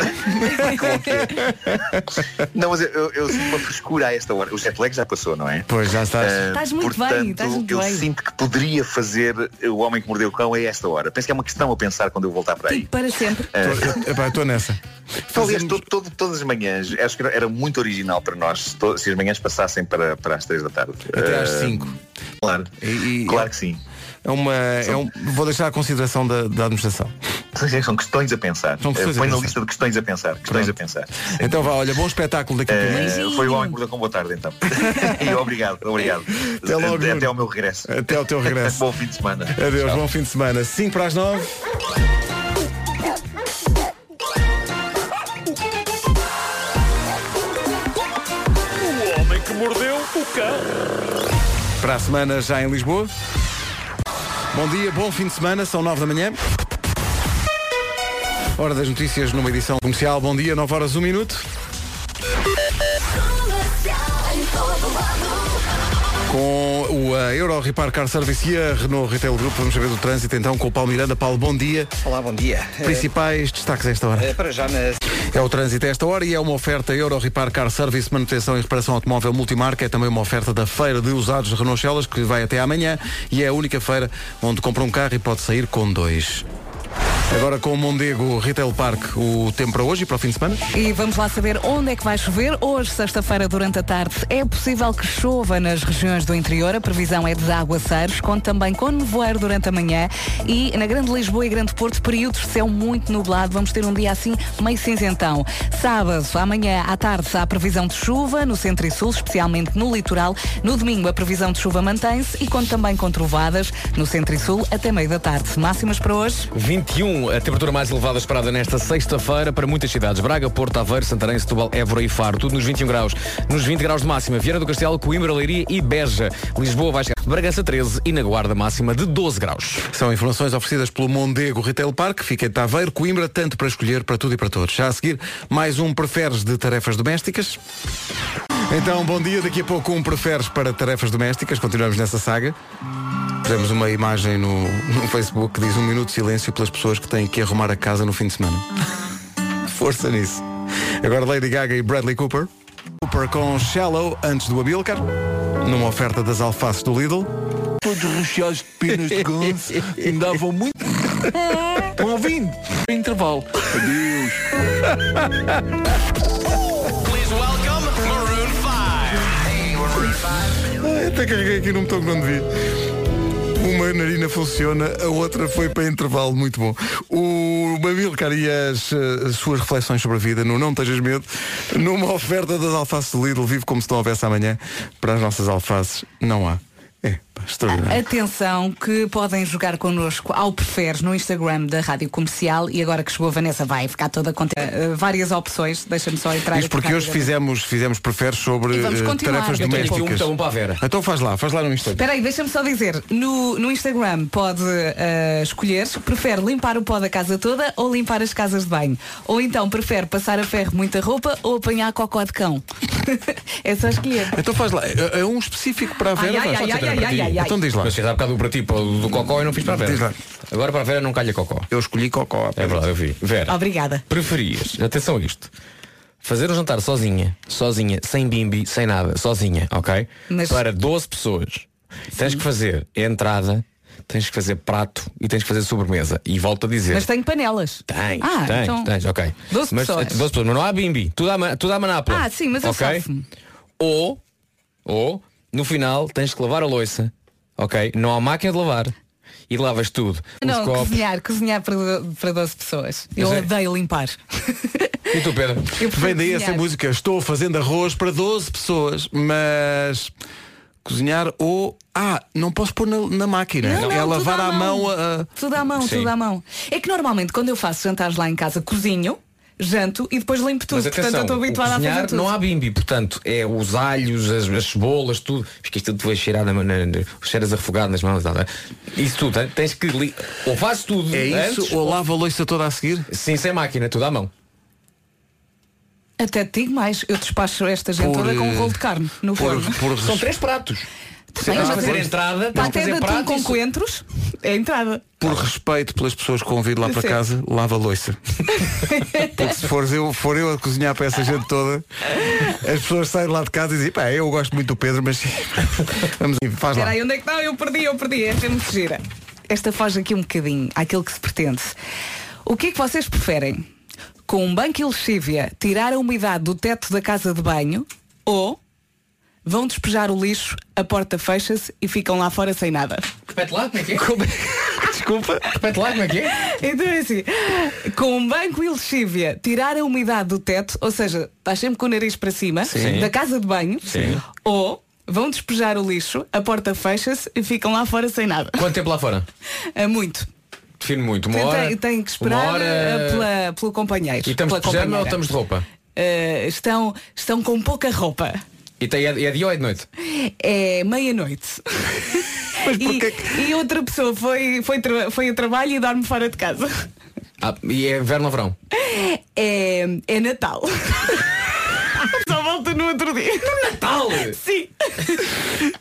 Não, mas eu sinto uma frescura a esta hora. O jet lag já passou, não é? Pois, já estás. Estás muito bem, estás muito eu bem. sinto que poderia fazer O Homem que Mordeu o Cão a esta hora. Penso que é uma questão a pensar quando eu voltar para aí. Para sempre. Estou nessa. Aliás, todas as manhãs, acho que era muito original para nós se as manhãs passassem para as 3 da tarde. Até às 5. Claro, claro que sim. Vou deixar a consideração da administração. São questões a pensar. Põe na lista de questões a pensar. Então vá, olha, bom espetáculo daqui a pouco. Foi o Homem que Mordeu o Cão, boa tarde então. E obrigado. Até logo. Até ao meu regresso. Até ao teu regresso. Bom fim de semana. Adeus, tchau. Bom fim de semana. 5 para as 9. O Homem que Mordeu o Cão. Para a semana já em Lisboa. Bom dia, bom fim de semana, são 9 da manhã. Hora das notícias numa edição comercial. Bom dia, 9 horas 1 minuto. Com o Euro Repar Car Service e a Renault Retail Group, vamos saber do trânsito então com o Paulo Miranda. Paulo, bom dia. Olá, bom dia. Principais destaques a esta hora. Para já É o trânsito a esta hora e é uma oferta Euro Repar Car Service, manutenção e reparação automóvel multimarca. É também uma oferta da feira de usados de Renault Celas, que vai até amanhã e é a única feira onde compra um carro e pode sair com 2. Agora com o Mondego Retail Park, o tempo para hoje e para o fim de semana. E vamos lá saber onde é que vai chover. Hoje, sexta-feira, durante a tarde, é possível que chova nas regiões do interior. A previsão é de aguaceiros, conta também com nevoeiro durante a manhã. E na Grande Lisboa e Grande Porto, períodos de céu muito nublado. Vamos ter um dia assim meio cinzentão. Sábado, amanhã à tarde, há a previsão de chuva no centro e sul, especialmente no litoral. No domingo, a previsão de chuva mantém-se e conta também com trovoadas no centro e sul até meio da tarde. Máximas para hoje? 21, a temperatura mais elevada esperada nesta sexta-feira para muitas cidades. Braga, Porto, Aveiro, Santarém, Setúbal, Évora e Faro. Tudo nos 21 graus. Nos 20 graus de máxima, Viana do Castelo, Coimbra, Leiria e Beja. Lisboa vai chegar a Bragança 13 e na Guarda máxima de 12 graus. São informações oferecidas pelo Mondego Retail Park. Fica em Aveiro, Coimbra, tanto para escolher para tudo e para todos. Já a seguir, mais um Preferes de tarefas domésticas. Então, bom dia. Daqui a pouco um Preferes para tarefas domésticas. Continuamos nessa saga. Fizemos uma imagem no Facebook que diz 1 minuto de silêncio pelas pessoas que têm que arrumar a casa no fim de semana. Força nisso. Agora Lady Gaga e Bradley Cooper. Cooper com Shallow antes do Amilcar, numa oferta das alfaces do Lidl. Todos recheados de penas de ganso, me davam muito. Estão ouvindo? Intervalo. Adeus. Please welcome Maroon 5. Até carreguei aqui num botão que não devia. Uma narina funciona, a outra foi para intervalo, muito bom. O Amilcar e as suas reflexões sobre a vida no Não Tejas Medo, numa oferta das alfaces do Lidl, vive como se não houvesse amanhã. Para as nossas alfaces, não há. Extraordinário. Atenção que podem jogar connosco ao Preferes no Instagram da Rádio Comercial e agora que chegou a Vanessa vai ficar toda contente. Várias opções, deixa-me só entrar. Isto porque hoje fizemos Preferes sobre tarefas domésticas. Então, para a Vera. Então faz lá no Instagram. Espera aí, deixa-me só dizer, no Instagram pode escolher, prefere limpar o pó da casa toda ou limpar as casas de banho. Ou então prefere passar a ferro muita roupa ou apanhar cocó de cão. É só escolher. Então faz lá, é um específico para a Vera. Então diz lá. Eu fiz há bocado para ti, do cocó e não fiz para a Vera. Diz lá. Agora para a Vera não calha cocó. Eu escolhi cocó. É verdade, eu vi. Vera, obrigada. Preferias, atenção a isto, fazer um jantar sozinha, sem bimbi, sem nada, sozinha, ok? Para 12 pessoas. Tens que fazer entrada, tens que fazer prato e tens que fazer sobremesa. E volto a dizer. Mas tenho panelas. Tens, ok. 12 pessoas. 12 pessoas, mas não há bimbi. Tudo há manápola. Sim, mas eu safo-me. Ou, no final, tens que lavar a louça. Ok? Não há máquina de lavar. E lavas tudo. Não, cozinhar para 12 pessoas. Eu odeio limpar. E tu, Pedro? Vem daí essa música. Estou fazendo arroz para 12 pessoas, mas cozinhar ou... não posso pôr na máquina. Não, é lavar à mão. Tudo à mão, tudo à mão. É que normalmente quando eu faço jantares lá em casa, cozinho, janto e depois limpo tudo. Mas atenção, portanto eu estou habituada a fazer tudo. Não há bimbi, portanto é os alhos, as cebolas, tudo. Porque isto tudo vai cheirar cheiras a refogado nas mãos. Isso tudo, tens que ou fazes tudo. É isso, ou lava a louça toda a seguir? Sim, sem máquina, tudo à mão. Até te digo mais, eu despacho esta gente toda com um rolo de carne no forno. São 3 pratos. Tens de fazer entrada, tens de fazer prato com coentros, é entrada. Por respeito pelas pessoas que convido lá para casa, lava a louça. Porque se for eu a cozinhar para essa gente toda, as pessoas saem lá de casa e dizem, eu gosto muito do Pedro, mas vamos faz lá. Espera aí, onde é que está? Eu perdi, esta é muito gira. Esta foge aqui um bocadinho àquilo que se pretende. O que é que vocês preferem? Com um banco e lexívia, tirar a umidade do teto da casa de banho ou vão despejar o lixo, a porta fecha-se e ficam lá fora sem nada? Repete lá, como é que é? Desculpa. Repete lá, como é que é? Então é assim, com um banco e lexívia, tirar a umidade do teto, ou seja, estás sempre com o nariz para cima, da casa de banho, ou vão despejar o lixo, a porta fecha-se e ficam lá fora sem nada. Quanto tempo lá fora? Muito. Define muito, uma hora. Tem que esperar pelo companheiro. E estamos de pijama ou estamos de roupa? Estão com pouca roupa. E é dia ou é de noite? É meia-noite. E outra pessoa foi a trabalho e dorme fora de casa. E é inverno ou verão? É Natal. Só volta no outro dia. No Natal? Sim.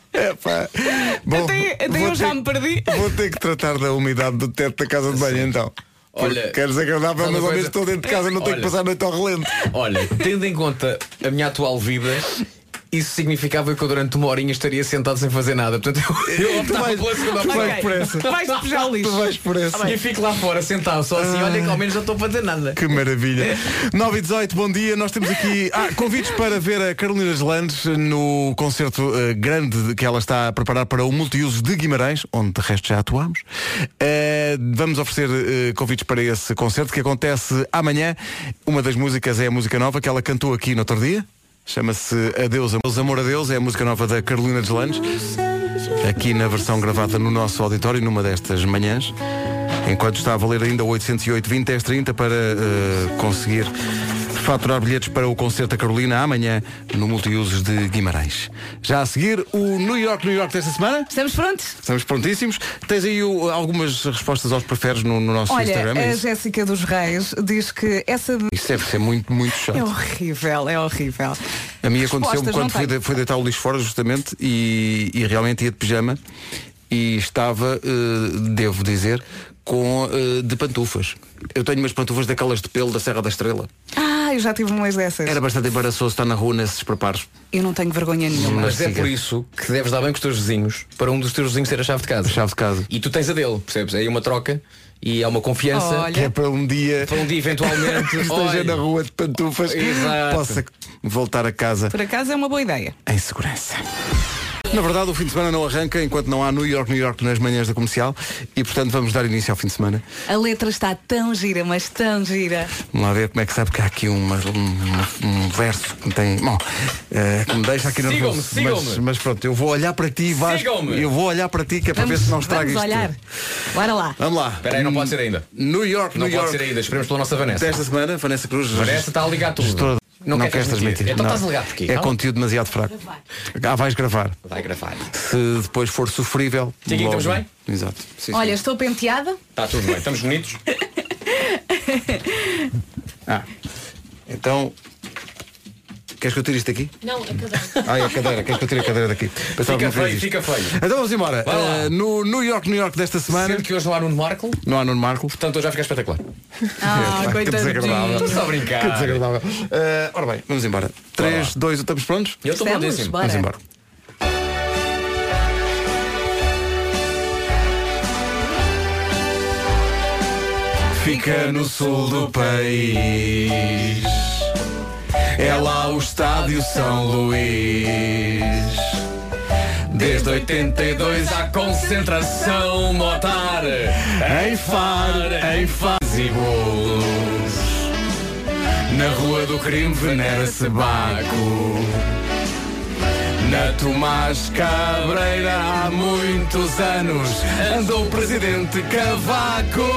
Bom, Até eu já me perdi. Vou ter que tratar da umidade do teto da casa de banho então. Olha, quero desagradável, sabe mas uma ao coisa? menos estou dentro de casa, não tenho que passar a noite ao relento. Olha, tendo em conta a minha atual vida, isso significava que eu durante uma horinha estaria sentado sem fazer nada. Portanto, eu optava pela segunda opção. vais por essa. Vais despejar o lixo. Tu vais por essa. E fico lá fora sentado só assim, olha que ao menos não estou a fazer nada. Que maravilha. 9h18, bom dia. Nós temos aqui convites para ver a Carolina Deslandes no concerto grande que ela está a preparar para o Multiusos de Guimarães, onde de resto já atuamos. Vamos oferecer convites para esse concerto que acontece amanhã. Uma das músicas é a música nova que ela cantou aqui no outro dia. Chama-se Adeus, Amor a Deus. É a música nova da Carolina Deslandes, aqui na versão gravada no nosso auditório numa destas manhãs, enquanto está a valer ainda 808 20 10 30 para conseguir faturar bilhetes para o concerto da Carolina amanhã no Multiusos de Guimarães. Já a seguir o New York desta semana. Estamos prontos? Estamos prontíssimos. Tens aí algumas respostas aos preferes no nosso Instagram. Olha, a Jéssica dos Reis diz que essa... Isso deve ser muito, muito chato. É horrível, é horrível. A mim aconteceu-me Respostas quando fui deitar o lixo fora justamente e realmente ia de pijama e estava, devo dizer, de pantufas. Eu tenho umas pantufas daquelas de pelo da Serra da Estrela. Eu já tive umas dessas. Era bastante embaraçoso estar na rua nesses preparos. Eu não tenho vergonha nenhuma. Mas é por isso que deves dar bem com os teus vizinhos, para um dos teus vizinhos ter a chave de casa. A chave de casa. E tu tens a dele, percebes? É aí uma troca e há uma confiança. Olha. Que é para um dia eventualmente esteja na rua de pantufas. Exato. Possa voltar a casa Por acaso é uma boa ideia. em segurança. Na verdade, o fim de semana não arranca enquanto não há New York nas manhãs da Comercial e, portanto, vamos dar início ao fim de semana. A letra está tão gira, mas tão gira. Vamos lá ver como é que sabe que há aqui um verso que tem. Bom, que me deixa aqui nervoso. Sigam-me. Mas pronto, eu vou olhar para ti, Vasco. Sigam-me. Eu vou olhar para ti, que é para ver se não estraga isto. Vamos olhar. Bora lá. Vamos lá. Espera aí, não pode ser ainda. New York. Não pode ser ainda, esperemos pela nossa Vanessa. Desta semana, Vanessa Cruz. Vanessa está a ligar tudo. Não queres transmitir. Então Não. estás a ligar porquê? É Não? conteúdo demasiado fraco. Vais gravar. Vai gravar. Se depois for sofrível. Tiaguinho, logo- estamos bem? Exato. Sim, Olha, sim. estou penteada. Está tudo bem, estamos bonitos. Então. Queres que eu tire isto aqui? Não, a cadeira. É a cadeira. Queres que eu tire a cadeira daqui? Pensava que não fez isto. Fica feio. Então vamos embora. Vai lá. No New York desta semana. Sendo que hoje não há Nuno Marco, Não há Nuno Marco. portanto hoje já fica espetacular. Que desagradável. Estou só a brincar. Que desagradável. Ora bem, vamos embora. 3, 2, estamos prontos? Eu estou Estamos, prontíssimo. bora. Vamos embora. Fica no sul do país. É lá o estádio São Luís. Desde 82 há concentração motar. Em Faro, em Faz e Bolos. Na rua do crime venera-se Baco. Na Tomás Cabreira há muitos anos andou o presidente Cavaco.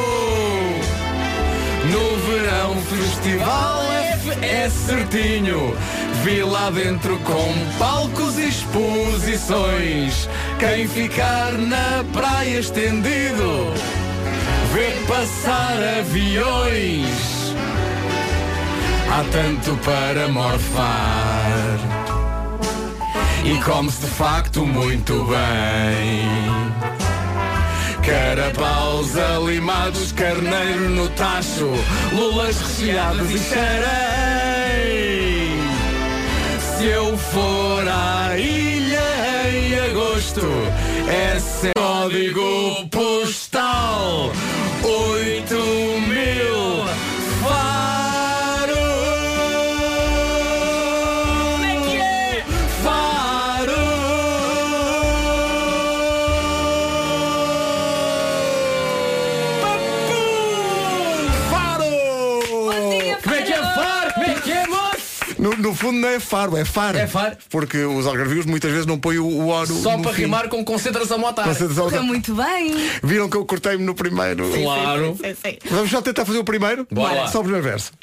No verão festival é certinho. Vi lá dentro com palcos e exposições. Quem ficar na praia estendido vê passar aviões. Há tanto para morfar e come-se de facto muito bem. Carapaus alimados, carneiro no tacho, lulas recheadas e xerém. Se eu for à ilha em agosto, é seu código postal 8000 Faro. Como é que é? Faro. Faro. Como é que é Faro? Como é que é, moço? No fundo não é Faro, é Faro. É Faro. Porque os algarvios muitas vezes não põem o O Só no para fim. rimar com concentração motar. Concentração- Correu muito bem. Viram que eu cortei-me no primeiro? Claro. Vamos já tentar fazer o primeiro? Bora lá. Só o primeiro verso.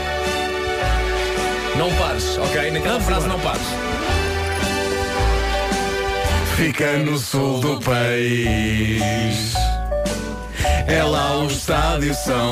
Não pares, ok? Naquela frase não pares. Fica no sul do país. É lá o estádio São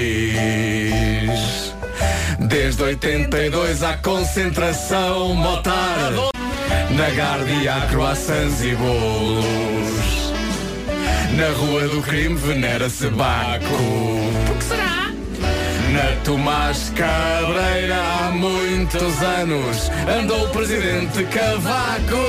Luís. Desde 82 há concentração motar. Na Gárdia há croissants e bolos. Na Rua do Crime venera-se Baco. Por que será? Na Tomás Cabreira há muitos anos andou o presidente Cavaco.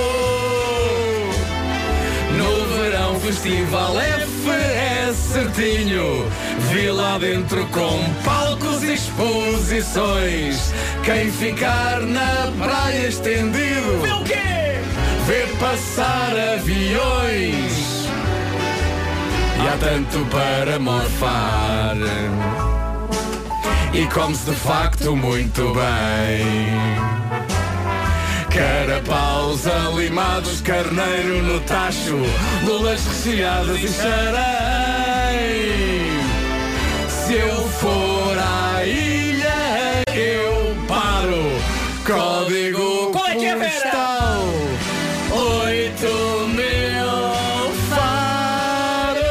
No verão festival F é certinho. Vi lá dentro com palcos e exposições. Quem ficar na praia estendido vê o quê? Vê passar aviões. E há tanto para morfar. E come-se de facto muito bem. Carapaus alimados, carneiro no tacho, lulas recheadas e xarém. Se eu for à ilha, eu paro. Código Qual é que é, Vera? postal 8.000 Faro.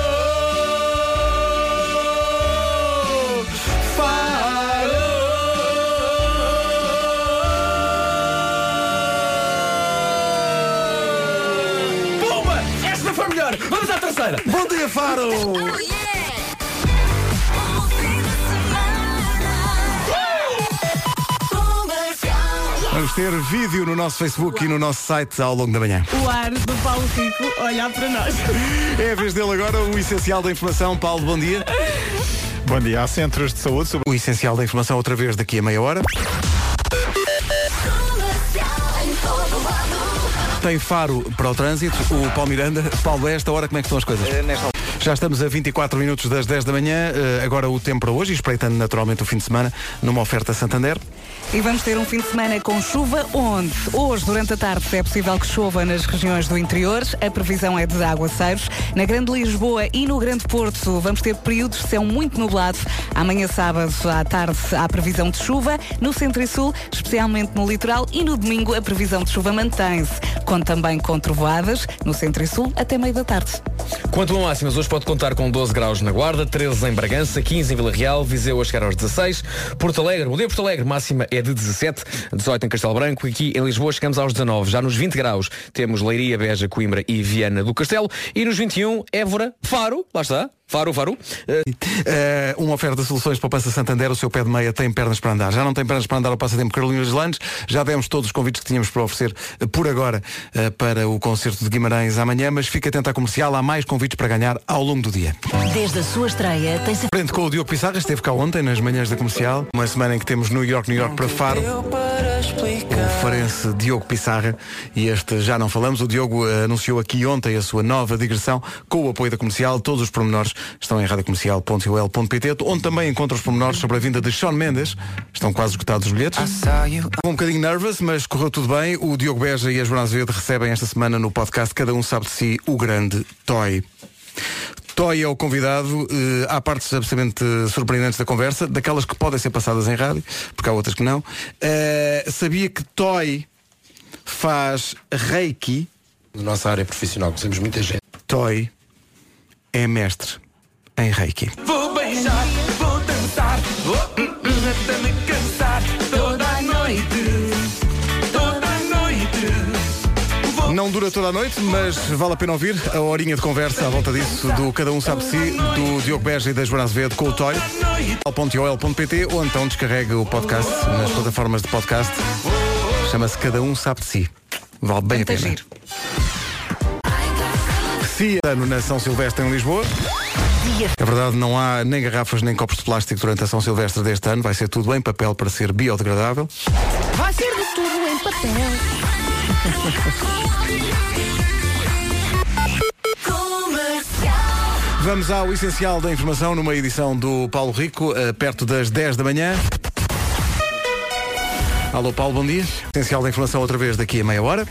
Pumba! Esta foi melhor! Vamos à terceira! Bom dia, Faro! Vamos ter vídeo no nosso Facebook e no nosso site ao longo da manhã. O ar do Paulo Rico olhar para nós. É a vez dele agora, o essencial da informação. Paulo, bom dia. Bom dia. Há centros de saúde sobre o essencial da informação outra vez daqui a meia hora. Tem Faro para o trânsito, o Paulo Miranda. Paulo, a esta hora como é que estão as coisas? Já estamos a 24 minutos das 10 da manhã. Agora o tempo para hoje, espreitando naturalmente o fim de semana, numa oferta Santander. E vamos ter um fim de semana com chuva onde? Hoje, durante a tarde, é possível que chova nas regiões do interior. A previsão é de aguaceiros. Na Grande Lisboa e no Grande Porto vamos ter períodos de céu muito nublado. Amanhã, sábado, à tarde, há previsão de chuva. No centro e sul, especialmente no litoral. E no domingo, a previsão de chuva mantém-se. Conta também com trovoadas no centro e sul até meio da tarde. Quanto a máximas, hoje pode contar com 12 graus na Guarda, 13 em Bragança, 15 em Vila Real, Viseu a chegar aos 16, Porto Alegre, bom dia Porto Alegre, máxima é de 17, 18 em Castelo Branco, e aqui em Lisboa chegamos aos 19, já nos 20 graus temos Leiria, Beja, Coimbra e Viana do Castelo, e nos 21, Évora, Faro, lá está. Faro. Uma oferta de soluções de poupança Santander. O seu pé de meia tem pernas para andar. Já não tem pernas para andar ao passatempo Carolina dos Landes. Já demos todos os convites que tínhamos para oferecer por agora para o concerto de Guimarães amanhã, mas fica atento à comercial. Há mais convites para ganhar ao longo do dia. Desde a sua estreia tem-se... Frente com o Diogo Pissarra, esteve cá ontem nas manhãs da comercial. Uma semana em que temos New York para Faro. O farense Diogo Pissarra. E este já não falamos. O Diogo anunciou aqui ontem a sua nova digressão com o apoio da comercial. Todos os pormenores estão em radiocomercial.ol.pt, onde também encontra os pormenores sobre a vinda de Shawn Mendes. Estão quase esgotados os bilhetes. Um bocadinho nervous, mas correu tudo bem. O Diogo Beja e a Joana Azevedo recebem esta semana no podcast Cada Um Sabe de Si, o grande Toy. Toy é o convidado. Há partes absolutamente surpreendentes da conversa, daquelas que podem ser passadas em rádio, porque há outras que não. Sabia que Toy faz Reiki? Na nossa área profissional, conhecemos muita gente. Toy é mestre em Reiki. Vou beijar, vou dançar, vou até me cansar toda a noite, toda a noite. Não dura toda a noite, mas vale a pena ouvir a horinha de conversa à volta disso do Cada Um Sabe de Si, do Diogo Beja e da Joana Azevedo com o Toy, .ol.pt, ou então descarregue o podcast nas plataformas de podcast. Chama-se Cada Um Sabe de Si. Vale bem a pena. Ano na São Silvestre em Lisboa. É verdade, não há nem garrafas nem copos de plástico durante a São Silvestre deste ano. Vai ser tudo em papel para ser biodegradável. Vai ser de tudo em papel. Vamos ao essencial da informação numa edição do Paulo Rico, perto das 10 da manhã. Alô Paulo, bom dia. Essencial da informação outra vez daqui a meia hora.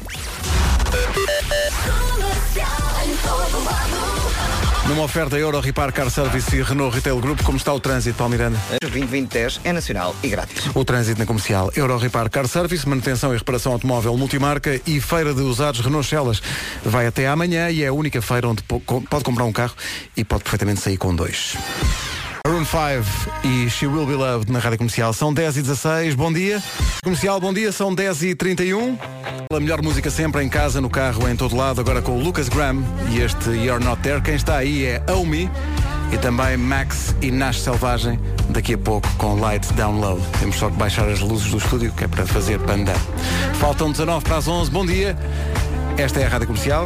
Numa oferta Euro Repar Car Service e Renault Retail Group, como está o trânsito, Paulo Miranda? 2020-10 é nacional e grátis. O trânsito na comercial Euro Repar Car Service, manutenção e reparação automóvel multimarca e feira de usados Renault Celas. Vai até amanhã e é a única feira onde pode comprar um carro e pode perfeitamente sair com dois. Maroon 5 e She Will Be Loved na Rádio Comercial. São 10h16, bom dia. Comercial, bom dia, são 10h31. A melhor música sempre, em casa, no carro, em todo lado, agora com o Lucas Graham e este You're Not There. Quem está aí é Omi e também Max e Nash Selvagem, daqui a pouco com Light Down Low. Temos só que baixar as luzes do estúdio, que é para fazer panda. Faltam 19 para as 11, bom dia. Esta é a Rádio Comercial.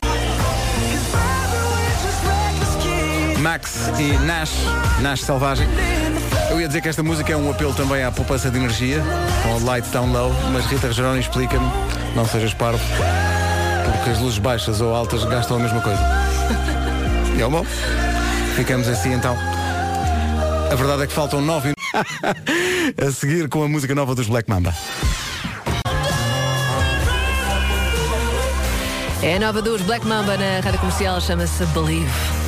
Max e Nash Selvagem. Eu ia dizer que esta música é um apelo também à poupança de energia, com o Light Down Low, mas Rita Rogeroni explica-me, não sejas parvo, porque as luzes baixas ou altas gastam a mesma coisa. E é bom. Ficamos assim então. A verdade é que faltam 9 a seguir com a música nova dos Black Mamba. É a nova dos Black Mamba na Rádio Comercial, chama-se Believe.